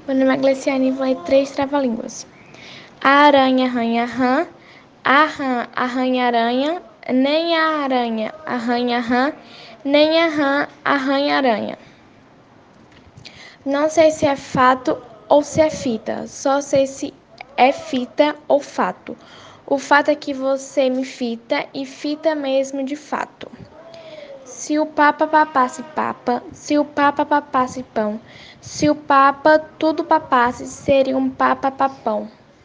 Meu nome é Gleciane e vou ler 3 trava-línguas. A aranha arranha rã, a rã arranha aranha, nem a aranha arranha rã, nem a rã arranha aranha. Não sei se é fato ou se é fita, só sei se é fita ou fato. O fato é que você me fita e fita mesmo de fato. Se o Papa papasse papa, se o Papa papasse pão, se o Papa tudo papasse, seria um Papa papão.